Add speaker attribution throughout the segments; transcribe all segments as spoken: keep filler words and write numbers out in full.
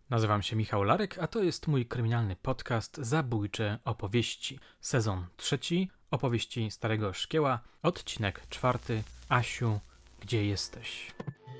Speaker 1: Nazywam się Michał Larek, a to jest mój kryminalny podcast Zabójcze opowieści. Sezon trzeci, opowieści Starego Szkieła, odcinek czwarty. Asiu, gdzie jesteś?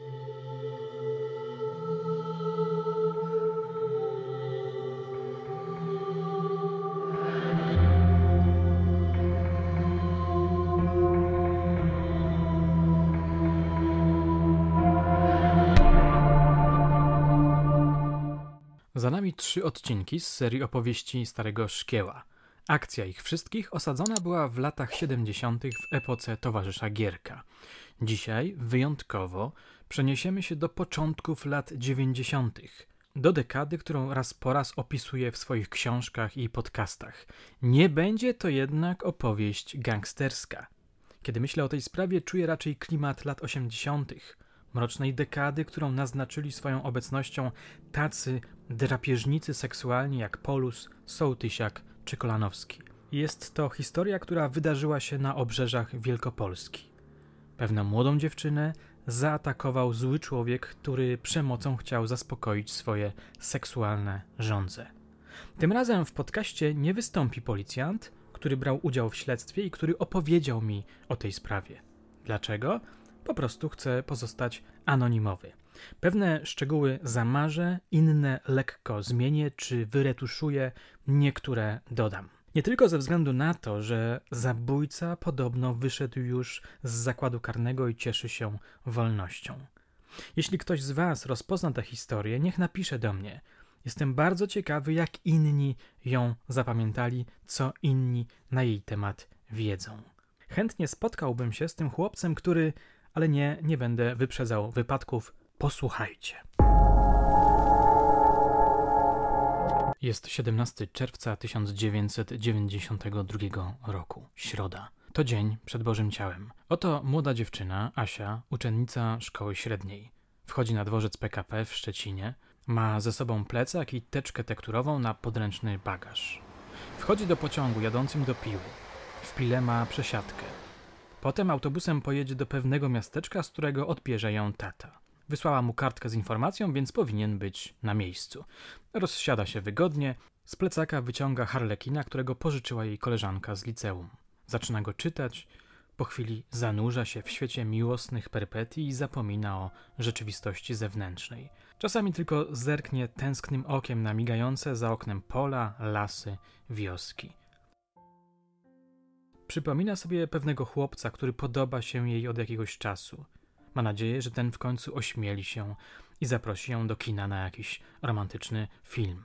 Speaker 1: Za nami trzy odcinki z serii opowieści Starego Szkieła. Akcja ich wszystkich osadzona była w latach siedemdziesiątych w epoce towarzysza Gierka. Dzisiaj wyjątkowo przeniesiemy się do początków lat dziewięćdziesiątych. Do dekady, którą raz po raz opisuję w swoich książkach i podcastach. Nie będzie to jednak opowieść gangsterska. Kiedy myślę o tej sprawie, czuję raczej klimat lat osiemdziesiątych. Mrocznej dekady, którą naznaczyli swoją obecnością tacy drapieżnicy seksualni jak Polus, Sołtysiak czy Kolanowski. Jest to historia, która wydarzyła się na obrzeżach Wielkopolski. Pewną młodą dziewczynę zaatakował zły człowiek, który przemocą chciał zaspokoić swoje seksualne żądze. Tym razem w podcaście nie wystąpi policjant, który brał udział w śledztwie i który opowiedział mi o tej sprawie. Dlaczego? Po prostu chcę pozostać anonimowy. Pewne szczegóły zamarzę, inne lekko zmienię czy wyretuszuję, niektóre dodam. Nie tylko ze względu na to, że zabójca podobno wyszedł już z zakładu karnego i cieszy się wolnością. Jeśli ktoś z Was rozpozna tę historię, niech napisze do mnie. Jestem bardzo ciekawy, jak inni ją zapamiętali, co inni na jej temat wiedzą. Chętnie spotkałbym się z tym chłopcem, który... Ale nie, nie będę wyprzedzał wypadków. Posłuchajcie. Jest siedemnastego czerwca tysiąc dziewięćset dziewięćdziesiątego drugiego roku. Środa. To dzień przed Bożym Ciałem. Oto młoda dziewczyna, Asia, uczennica szkoły średniej. Wchodzi na dworzec P K P w Szczecinie. Ma ze sobą plecak i teczkę tekturową na podręczny bagaż. Wchodzi do pociągu jadącym do Piły. W Pile ma przesiadkę. Potem autobusem pojedzie do pewnego miasteczka, z którego odbierze ją tata. Wysłała mu kartkę z informacją, więc powinien być na miejscu. Rozsiada się wygodnie, z plecaka wyciąga harlekina, którego pożyczyła jej koleżanka z liceum. Zaczyna go czytać, po chwili zanurza się w świecie miłosnych perypetii i zapomina o rzeczywistości zewnętrznej. Czasami tylko zerknie tęsknym okiem na migające za oknem pola, lasy, wioski. Przypomina sobie pewnego chłopca, który podoba się jej od jakiegoś czasu. Ma nadzieję, że ten w końcu ośmieli się i zaprosi ją do kina na jakiś romantyczny film.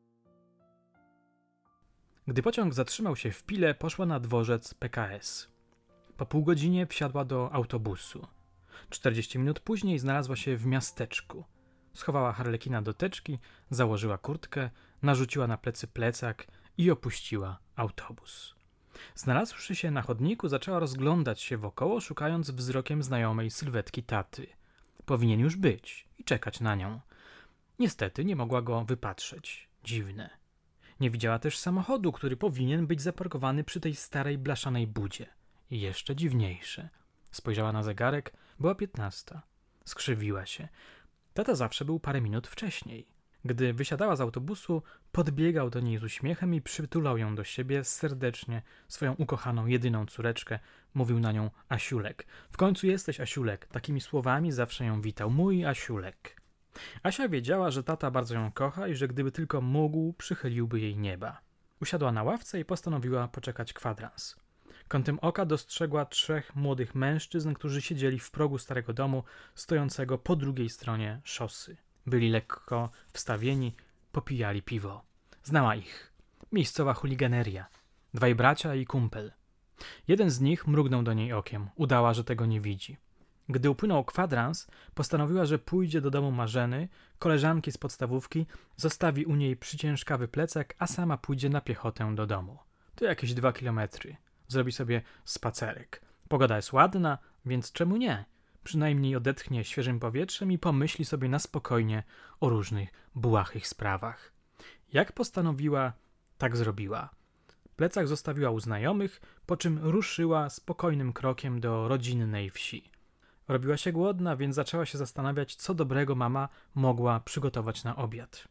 Speaker 1: Gdy pociąg zatrzymał się w Pile, poszła na dworzec P K S. Po pół godzinie wsiadła do autobusu. czterdzieści minut później znalazła się w miasteczku. Schowała harlekina do teczki, założyła kurtkę, narzuciła na plecy plecak i opuściła autobus. Znalazłszy się na chodniku, zaczęła rozglądać się wokoło, szukając wzrokiem znajomej sylwetki taty. Powinien już być i czekać na nią. Niestety nie mogła go wypatrzeć. Dziwne. Nie widziała też samochodu, który powinien być zaparkowany przy tej starej blaszanej budzie. I jeszcze dziwniejsze. Spojrzała na zegarek, była piętnasta. Skrzywiła się. Tata zawsze był parę minut wcześniej. Gdy wysiadała z autobusu, podbiegał do niej z uśmiechem i przytulał ją do siebie serdecznie, swoją ukochaną, jedyną córeczkę. Mówił na nią Asiulek. W końcu jesteś Asiulek. Takimi słowami zawsze ją witał. Mój Asiulek. Asia wiedziała, że tata bardzo ją kocha i że gdyby tylko mógł, przychyliłby jej nieba. Usiadła na ławce i postanowiła poczekać kwadrans. Kątem oka dostrzegła trzech młodych mężczyzn, którzy siedzieli w progu starego domu, stojącego po drugiej stronie szosy. Byli lekko wstawieni, popijali piwo. Znała ich. Miejscowa chuliganeria. Dwaj bracia i kumpel. Jeden z nich mrugnął do niej okiem. Udała, że tego nie widzi. Gdy upłynął kwadrans, postanowiła, że pójdzie do domu Marzeny, koleżanki z podstawówki, zostawi u niej przyciężkawy plecak, a sama pójdzie na piechotę do domu. To jakieś dwa kilometry. Zrobi sobie spacerek. Pogoda jest ładna, więc czemu nie? Przynajmniej odetchnie świeżym powietrzem i pomyśli sobie na spokojnie o różnych błahych sprawach. Jak postanowiła, tak zrobiła. Plecak zostawiła u znajomych, po czym ruszyła spokojnym krokiem do rodzinnej wsi. Robiła się głodna, więc zaczęła się zastanawiać, co dobrego mama mogła przygotować na obiad.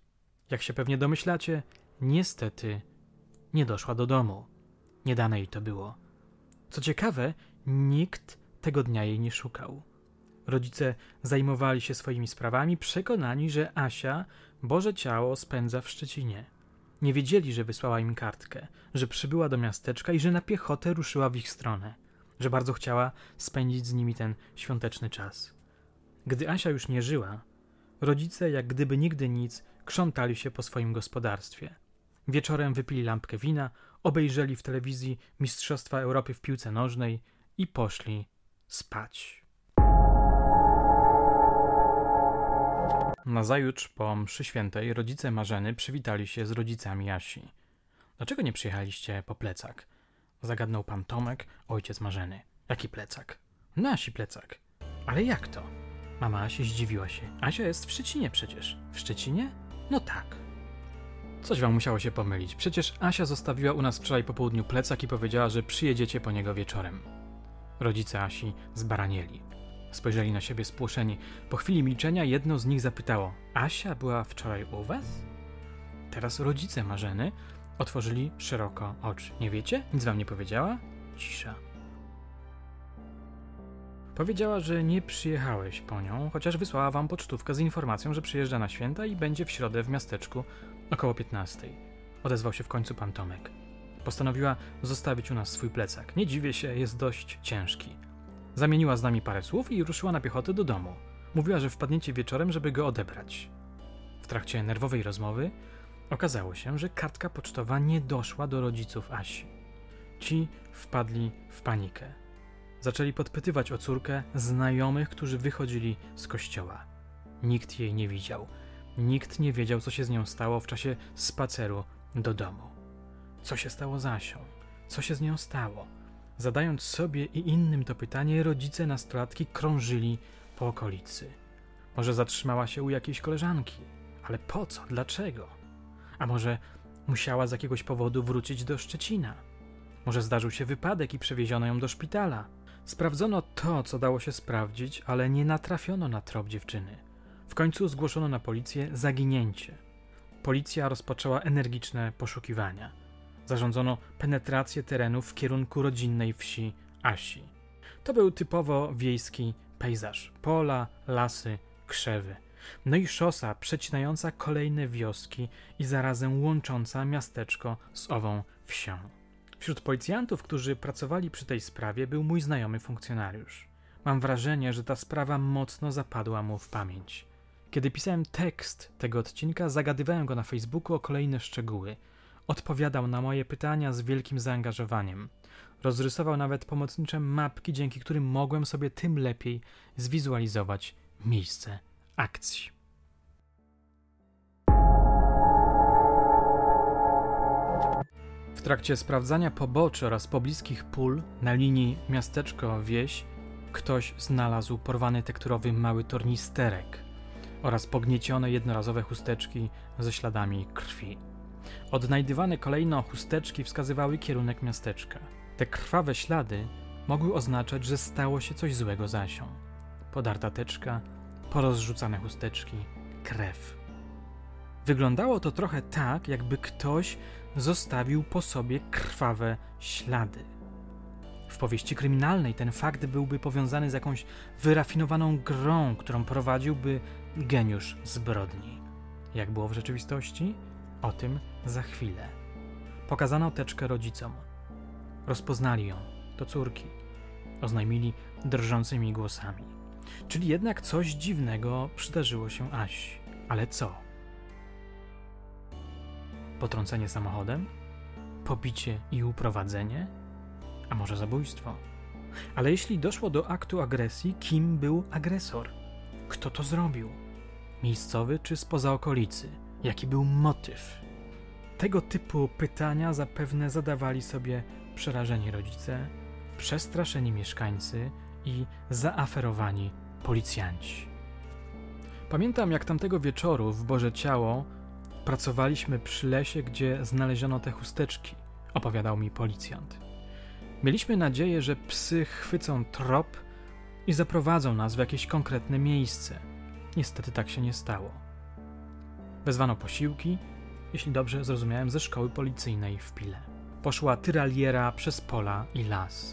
Speaker 1: Jak się pewnie domyślacie, niestety nie doszła do domu. Nie dane jej to było. Co ciekawe, nikt tego dnia jej nie szukał. Rodzice zajmowali się swoimi sprawami, przekonani, że Asia Boże Ciało spędza w Szczecinie. Nie wiedzieli, że wysłała im kartkę, że przybyła do miasteczka i że na piechotę ruszyła w ich stronę, że bardzo chciała spędzić z nimi ten świąteczny czas. Gdy Asia już nie żyła, rodzice, jak gdyby nigdy nic, krzątali się po swoim gospodarstwie. Wieczorem wypili lampkę wina, obejrzeli w telewizji Mistrzostwa Europy w piłce nożnej i poszli spać. Nazajutrz po mszy świętej rodzice Marzeny przywitali się z rodzicami Asi. Dlaczego nie przyjechaliście po plecak? Zagadnął pan Tomek, ojciec Marzeny. Jaki plecak? Nasi plecak. Ale jak to? Mama Asi zdziwiła się. Asia jest w Szczecinie przecież. W Szczecinie? No tak. Coś wam musiało się pomylić. Przecież Asia zostawiła u nas wczoraj po południu plecak i powiedziała, że przyjedziecie po niego wieczorem. Rodzice Asi zbaranieli. Spojrzeli na siebie spłoszeni. Po chwili milczenia jedno z nich zapytało: Asia była wczoraj u was? Teraz rodzice Marzeny otworzyli szeroko oczy. Nie wiecie? Nic wam nie powiedziała? Cisza. Powiedziała, że nie przyjechałeś po nią, chociaż wysłała wam pocztówkę z informacją, że przyjeżdża na święta i będzie w środę w miasteczku około piętnastej. Odezwał się w końcu pan Tomek. Postanowiła zostawić u nas swój plecak. Nie dziwię się, jest dość ciężki. Zamieniła z nami parę słów i ruszyła na piechotę do domu. Mówiła, że wpadniecie wieczorem, żeby go odebrać. W trakcie nerwowej rozmowy okazało się, że kartka pocztowa nie doszła do rodziców Asi. Ci wpadli w panikę. Zaczęli podpytywać o córkę znajomych, którzy wychodzili z kościoła. Nikt jej nie widział. Nikt nie wiedział, co się z nią stało w czasie spaceru do domu. Co się stało z Asią? Co się z nią stało? Zadając sobie i innym to pytanie, rodzice nastolatki krążyli po okolicy. Może zatrzymała się u jakiejś koleżanki? Ale po co? Dlaczego? A może musiała z jakiegoś powodu wrócić do Szczecina? Może zdarzył się wypadek i przewieziono ją do szpitala? Sprawdzono to, co dało się sprawdzić, ale nie natrafiono na trop dziewczyny. W końcu zgłoszono na policję zaginięcie. Policja rozpoczęła energiczne poszukiwania. Zarządzono penetrację terenu w kierunku rodzinnej wsi Asi. To był typowo wiejski pejzaż. Pola, lasy, krzewy. No i szosa przecinająca kolejne wioski i zarazem łącząca miasteczko z ową wsią. Wśród policjantów, którzy pracowali przy tej sprawie, był mój znajomy funkcjonariusz. Mam wrażenie, że ta sprawa mocno zapadła mu w pamięć. Kiedy pisałem tekst tego odcinka, zagadywałem go na Facebooku o kolejne szczegóły. Odpowiadał na moje pytania z wielkim zaangażowaniem. Rozrysował nawet pomocnicze mapki, dzięki którym mogłem sobie tym lepiej zwizualizować miejsce akcji. W trakcie sprawdzania poboczy oraz pobliskich pól na linii miasteczko-wieś ktoś znalazł porwany tekturowy mały tornisterek oraz pogniecione jednorazowe chusteczki ze śladami krwi. Odnajdywane kolejno chusteczki wskazywały kierunek miasteczka. Te krwawe ślady mogły oznaczać, że stało się coś złego z Asią. Podarta teczka, porozrzucane chusteczki, krew. Wyglądało to trochę tak, jakby ktoś zostawił po sobie krwawe ślady. W powieści kryminalnej ten fakt byłby powiązany z jakąś wyrafinowaną grą, którą prowadziłby geniusz zbrodni. Jak było w rzeczywistości? O tym za chwilę. Pokazano teczkę rodzicom. Rozpoznali ją. To córki. Oznajmili drżącymi głosami. Czyli jednak coś dziwnego przydarzyło się Asi. Ale co? Potrącenie samochodem? Pobicie i uprowadzenie? A może zabójstwo? Ale jeśli doszło do aktu agresji, kim był agresor? Kto to zrobił? Miejscowy czy spoza okolicy? Jaki był motyw? Tego typu pytania zapewne zadawali sobie przerażeni rodzice, przestraszeni mieszkańcy i zaaferowani policjanci. Pamiętam, jak tamtego wieczoru w Boże Ciało pracowaliśmy przy lesie, gdzie znaleziono te chusteczki, opowiadał mi policjant. Mieliśmy nadzieję, że psy chwycą trop i zaprowadzą nas w jakieś konkretne miejsce. Niestety tak się nie stało. Wezwano posiłki, jeśli dobrze zrozumiałem, ze szkoły policyjnej w Pile. Poszła tyraliera przez pola i las.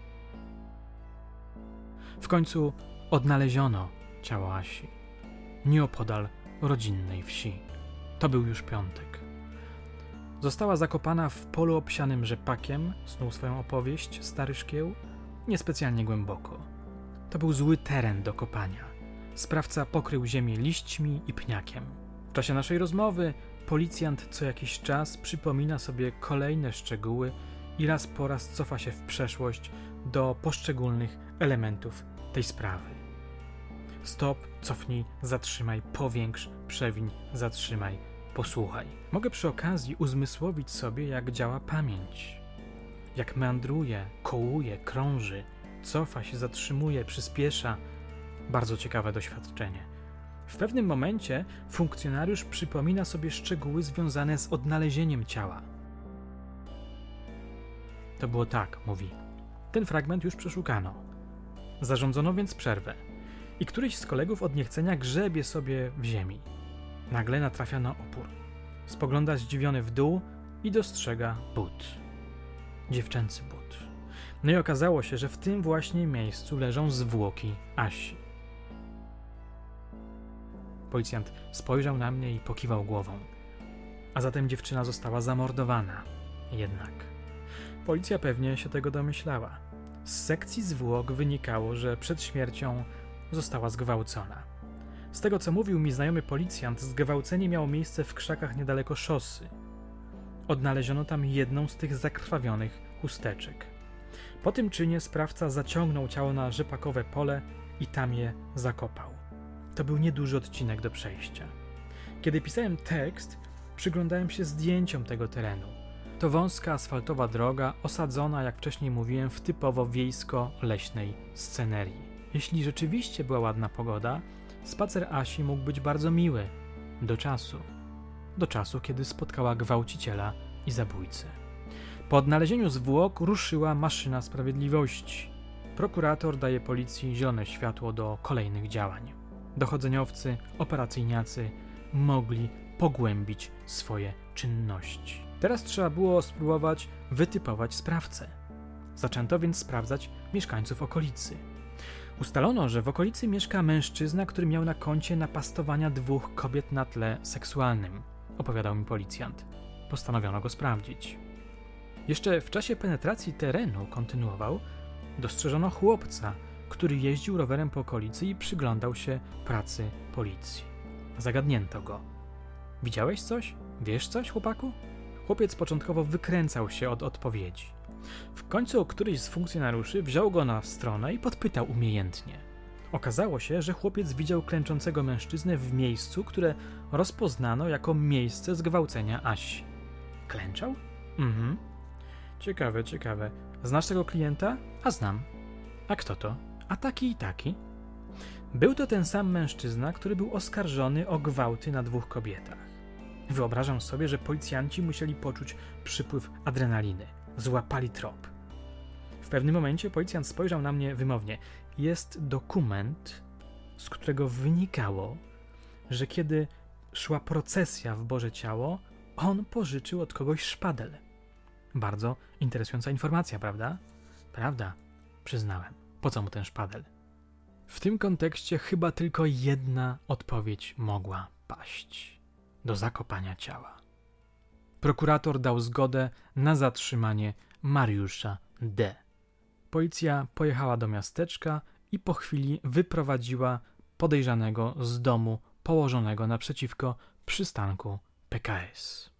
Speaker 1: W końcu odnaleziono ciało Asi nieopodal rodzinnej wsi. To był już piątek. Została zakopana w polu obsianym rzepakiem, snuł swoją opowieść stary szkieł, niespecjalnie głęboko. To był zły teren do kopania. Sprawca pokrył ziemię liśćmi i pniakiem. W czasie naszej rozmowy policjant co jakiś czas przypomina sobie kolejne szczegóły i raz po raz cofa się w przeszłość do poszczególnych elementów tej sprawy. Stop, cofnij, zatrzymaj, powiększ, przewiń, zatrzymaj, posłuchaj. Mogę przy okazji uzmysłowić sobie, jak działa pamięć. Jak meandruje, kołuje, krąży, cofa się, zatrzymuje, przyspiesza. Bardzo ciekawe doświadczenie. W pewnym momencie funkcjonariusz przypomina sobie szczegóły związane z odnalezieniem ciała. To było tak, mówi. Ten fragment już przeszukano. Zarządzono więc przerwę i któryś z kolegów od niechcenia grzebie sobie w ziemi. Nagle natrafia na opór. Spogląda zdziwiony w dół i dostrzega but. Dziewczęcy but. No i okazało się, że w tym właśnie miejscu leżą zwłoki Asi. Policjant spojrzał na mnie i pokiwał głową. A zatem dziewczyna została zamordowana. Jednak. Policja pewnie się tego domyślała. Z sekcji zwłok wynikało, że przed śmiercią została zgwałcona. Z tego, co mówił mi znajomy policjant, zgwałcenie miało miejsce w krzakach niedaleko szosy. Odnaleziono tam jedną z tych zakrwawionych chusteczek. Po tym czynie sprawca zaciągnął ciało na rzepakowe pole i tam je zakopał. To był nieduży odcinek do przejścia. Kiedy pisałem tekst, przyglądałem się zdjęciom tego terenu. To wąska asfaltowa droga, osadzona, jak wcześniej mówiłem, w typowo wiejsko-leśnej scenerii. Jeśli rzeczywiście była ładna pogoda, spacer Asi mógł być bardzo miły. Do czasu. Do czasu, kiedy spotkała gwałciciela i zabójcę. Po odnalezieniu zwłok ruszyła maszyna sprawiedliwości. Prokurator daje policji zielone światło do kolejnych działań. Dochodzeniowcy, operacyjniacy mogli pogłębić swoje czynności. Teraz trzeba było spróbować wytypować sprawcę. Zaczęto więc sprawdzać mieszkańców okolicy. Ustalono, że w okolicy mieszka mężczyzna, który miał na koncie napastowania dwóch kobiet na tle seksualnym, opowiadał mi policjant. Postanowiono go sprawdzić. Jeszcze w czasie penetracji terenu, kontynuował, dostrzeżono chłopca, który jeździł rowerem po okolicy i przyglądał się pracy policji. Zagadnięto go. Widziałeś coś? Wiesz coś, chłopaku? Chłopiec początkowo wykręcał się od odpowiedzi. W końcu któryś z funkcjonariuszy wziął go na stronę i podpytał umiejętnie. Okazało się, że chłopiec widział klęczącego mężczyznę w miejscu, które rozpoznano jako miejsce zgwałcenia Asi. Klęczał? Mhm. Ciekawe, ciekawe. Znasz tego klienta? A znam. A kto to? A taki i taki. Był to ten sam mężczyzna, który był oskarżony o gwałty na dwóch kobietach. Wyobrażam sobie, że policjanci musieli poczuć przypływ adrenaliny. Złapali trop. W pewnym momencie policjant spojrzał na mnie wymownie. Jest dokument, z którego wynikało, że kiedy szła procesja w Boże Ciało, on pożyczył od kogoś szpadel. Bardzo interesująca informacja, prawda? Prawda, przyznałem. Po co mu ten szpadel? W tym kontekście chyba tylko jedna odpowiedź mogła paść. Do zakopania ciała. Prokurator dał zgodę na zatrzymanie Mariusza D. Policja pojechała do miasteczka i po chwili wyprowadziła podejrzanego z domu położonego naprzeciwko przystanku P K S.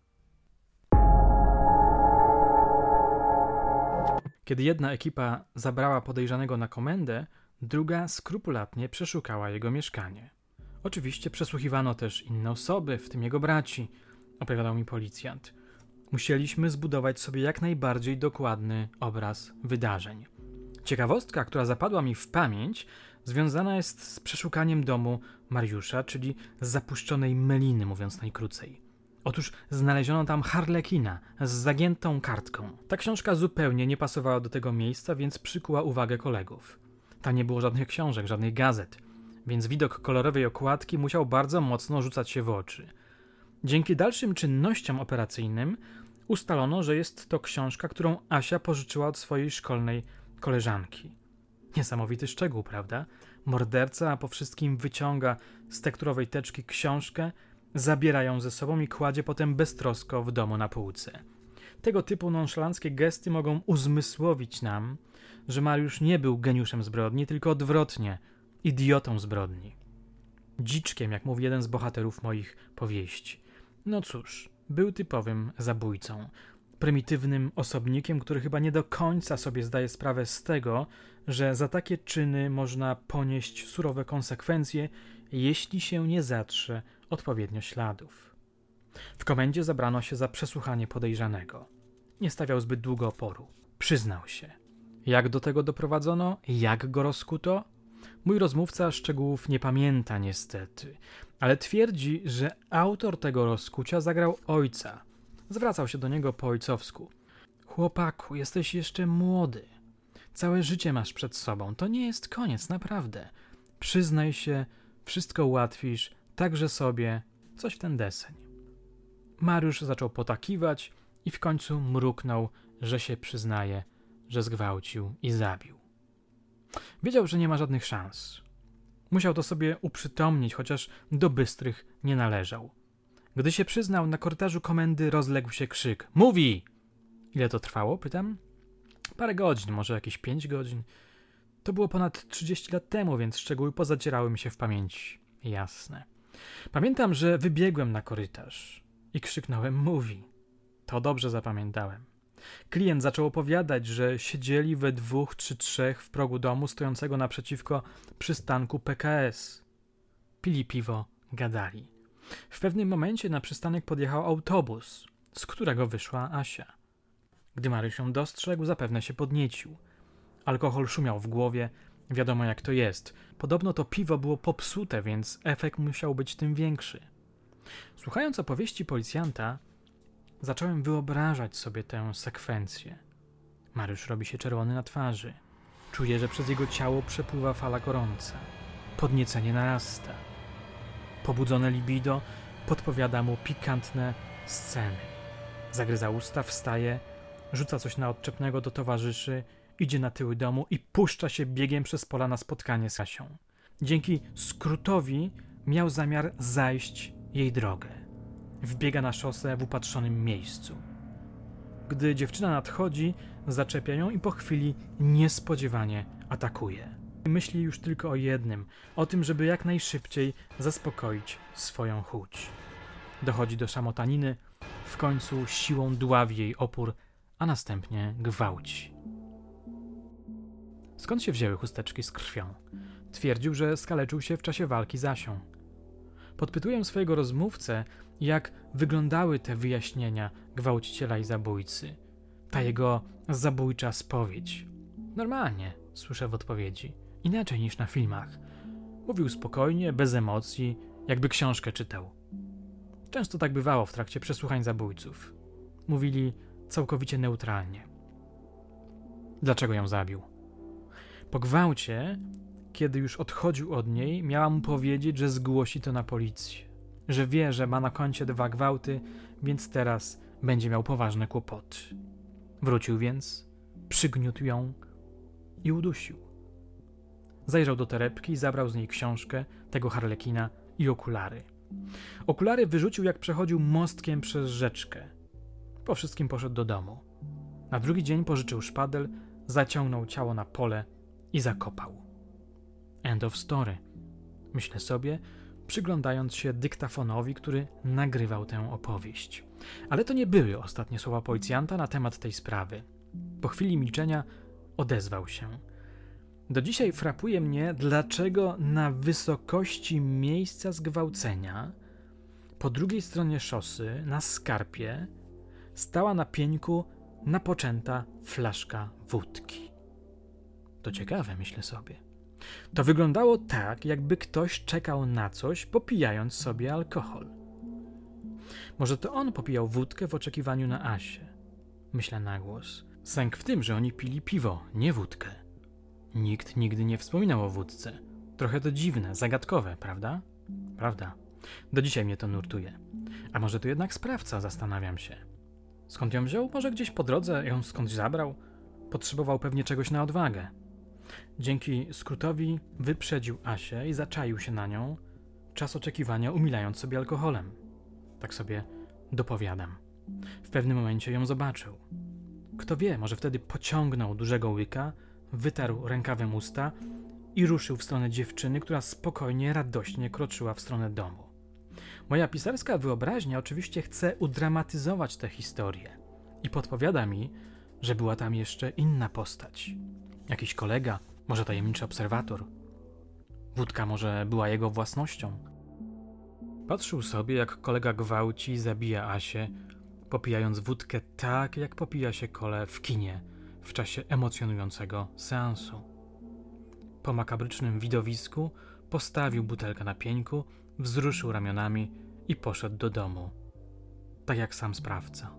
Speaker 1: Kiedy jedna ekipa zabrała podejrzanego na komendę, druga skrupulatnie przeszukała jego mieszkanie. Oczywiście przesłuchiwano też inne osoby, w tym jego braci, opowiadał mi policjant. Musieliśmy zbudować sobie jak najbardziej dokładny obraz wydarzeń. Ciekawostka, która zapadła mi w pamięć, związana jest z przeszukaniem domu Mariusza, czyli z zapuszczonej meliny, mówiąc najkrócej. Otóż znaleziono tam harlekina z zagiętą kartką. Ta książka zupełnie nie pasowała do tego miejsca, więc przykuła uwagę kolegów. Tam nie było żadnych książek, żadnych gazet. więc widok kolorowej okładki musiał bardzo mocno rzucać się w oczy. Dzięki dalszym czynnościom operacyjnym ustalono, że jest to książka, którą Asia pożyczyła od swojej szkolnej koleżanki. Niesamowity szczegół, prawda? Morderca po wszystkim wyciąga z tekturowej teczki książkę, zabiera ją ze sobą i kładzie potem beztrosko w domu na półce. Tego typu nonszalanckie gesty mogą uzmysłowić nam, że Mariusz nie był geniuszem zbrodni, tylko odwrotnie, idiotą zbrodni. Dziczkiem, jak mówi jeden z bohaterów moich powieści. No cóż, był typowym zabójcą. Prymitywnym osobnikiem, który chyba nie do końca sobie zdaje sprawę z tego, że za takie czyny można ponieść surowe konsekwencje, jeśli się nie zatrze odpowiednio śladów. W komendzie zabrano się za przesłuchanie podejrzanego. Nie stawiał zbyt długo oporu. Przyznał się. Jak do tego doprowadzono? Jak go rozkuto? Mój rozmówca szczegółów nie pamięta niestety, ale twierdzi, że autor tego rozkucia zagrał ojca. Zwracał się do niego po ojcowsku. Chłopaku, jesteś jeszcze młody. Całe życie masz przed sobą. To nie jest koniec, naprawdę. Przyznaj się, wszystko ułatwisz, także sobie, coś w ten deseń. Mariusz zaczął potakiwać i w końcu mruknął, że się przyznaje, że zgwałcił i zabił. Wiedział, że nie ma żadnych szans. Musiał to sobie uprzytomnić, chociaż do bystrych nie należał. Gdy się przyznał, na korytarzu komendy rozległ się krzyk. Mówi! Ile to trwało? Pytam. Parę godzin, może jakieś pięć godzin. To było ponad trzydzieści lat temu, więc szczegóły pozacierały mi się w pamięci. Jasne. Pamiętam, że wybiegłem na korytarz i krzyknąłem mówi. To dobrze zapamiętałem. Klient zaczął opowiadać, że siedzieli we dwóch czy trzech w progu domu stojącego naprzeciwko przystanku P K S. Pili piwo, gadali. W pewnym momencie na przystanek podjechał autobus, z którego wyszła Asia. Gdy Mariusz ją dostrzegł, zapewne się podniecił. Alkohol szumiał w głowie, wiadomo jak to jest. Podobno to piwo było popsute, więc efekt musiał być tym większy. Słuchając opowieści policjanta, zacząłem wyobrażać sobie tę sekwencję. Mariusz robi się czerwony na twarzy. Czuje, że przez jego ciało przepływa fala gorąca. Podniecenie narasta. Pobudzone libido podpowiada mu pikantne sceny. Zagryza usta, wstaje, rzuca coś na odczepnego do towarzyszy, idzie na tyły domu i puszcza się biegiem przez pola na spotkanie z Asią. Dzięki skrótowi miał zamiar zajść jej drogę. Wbiega na szosę w upatrzonym miejscu. Gdy dziewczyna nadchodzi, zaczepia ją i po chwili niespodziewanie atakuje. Myśli już tylko o jednym, o tym, żeby jak najszybciej zaspokoić swoją chuć. Dochodzi do szamotaniny, w końcu siłą dławi jej opór, a następnie gwałci. Skąd się wzięły chusteczki z krwią? Twierdził, że skaleczył się w czasie walki z Asią. Podpytuję swojego rozmówcę, jak wyglądały te wyjaśnienia gwałciciela i zabójcy. Ta jego zabójcza spowiedź. Normalnie, słyszę w odpowiedzi. Inaczej niż na filmach. Mówił spokojnie, bez emocji, jakby książkę czytał. Często tak bywało w trakcie przesłuchań zabójców. Mówili całkowicie neutralnie. Dlaczego ją zabił? Po gwałcie, kiedy już odchodził od niej, miała mu powiedzieć, że zgłosi to na policję. Że wie, że ma na koncie dwa gwałty, więc teraz będzie miał poważne kłopoty. Wrócił więc, przygniótł ją i udusił. Zajrzał do torebki, zabrał z niej książkę, tego harlekina i okulary. Okulary wyrzucił, jak przechodził mostkiem przez rzeczkę. Po wszystkim poszedł do domu. Na drugi dzień pożyczył szpadel, zaciągnął ciało na pole i zakopał. End of story. Myślę sobie, przyglądając się dyktafonowi, który nagrywał tę opowieść. Ale to nie były ostatnie słowa policjanta na temat tej sprawy. Po chwili milczenia odezwał się. Do dzisiaj frapuje mnie, dlaczego na wysokości miejsca zgwałcenia, po drugiej stronie szosy, na skarpie, stała na pieńku napoczęta flaszka wódki. To ciekawe, myślę sobie. To wyglądało tak, jakby ktoś czekał na coś, popijając sobie alkohol. Może to on popijał wódkę w oczekiwaniu na Asię. Myślę na głos. Sęk w tym, że oni pili piwo, nie wódkę. Nikt nigdy nie wspominał o wódce. Trochę to dziwne, zagadkowe, prawda? Prawda. Do dzisiaj mnie to nurtuje. A może to jednak sprawca, zastanawiam się. Skąd ją wziął? Może gdzieś po drodze ją skądś zabrał? Potrzebował pewnie czegoś na odwagę. Dzięki skrótowi wyprzedził Asię i zaczaił się na nią, czas oczekiwania umilając sobie alkoholem. Tak sobie dopowiadam. W pewnym momencie ją zobaczył. Kto wie, może wtedy pociągnął dużego łyka, wytarł rękawem usta i ruszył w stronę dziewczyny, która spokojnie, radośnie kroczyła w stronę domu. Moja pisarska wyobraźnia oczywiście chce udramatyzować tę historię i podpowiada mi, że była tam jeszcze inna postać. Jakiś kolega, może tajemniczy obserwator. Wódka może była jego własnością. Patrzył sobie, jak kolega gwałci i zabija Asię, popijając wódkę tak, jak popija się kole w kinie w czasie emocjonującego seansu. Po makabrycznym widowisku postawił butelkę na pieńku, wzruszył ramionami i poszedł do domu. Tak jak sam sprawca.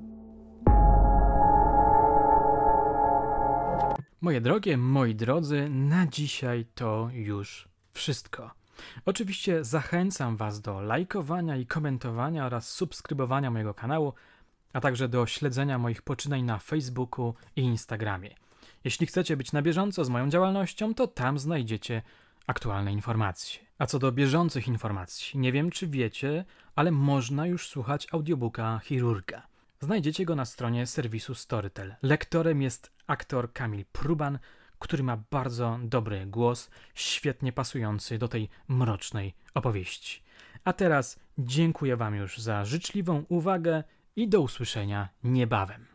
Speaker 1: Moje drogie, moi drodzy, na dzisiaj to już wszystko. Oczywiście zachęcam Was do lajkowania i komentowania oraz subskrybowania mojego kanału, a także do śledzenia moich poczynań na Facebooku i Instagramie. Jeśli chcecie być na bieżąco z moją działalnością, to tam znajdziecie aktualne informacje. A co do bieżących informacji, nie wiem czy wiecie, ale można już słuchać audiobooka Chirurga. Znajdziecie go na stronie serwisu Storytel. Lektorem jest aktor Kamil Pruban, który ma bardzo dobry głos, świetnie pasujący do tej mrocznej opowieści. A teraz dziękuję Wam już za życzliwą uwagę i do usłyszenia niebawem.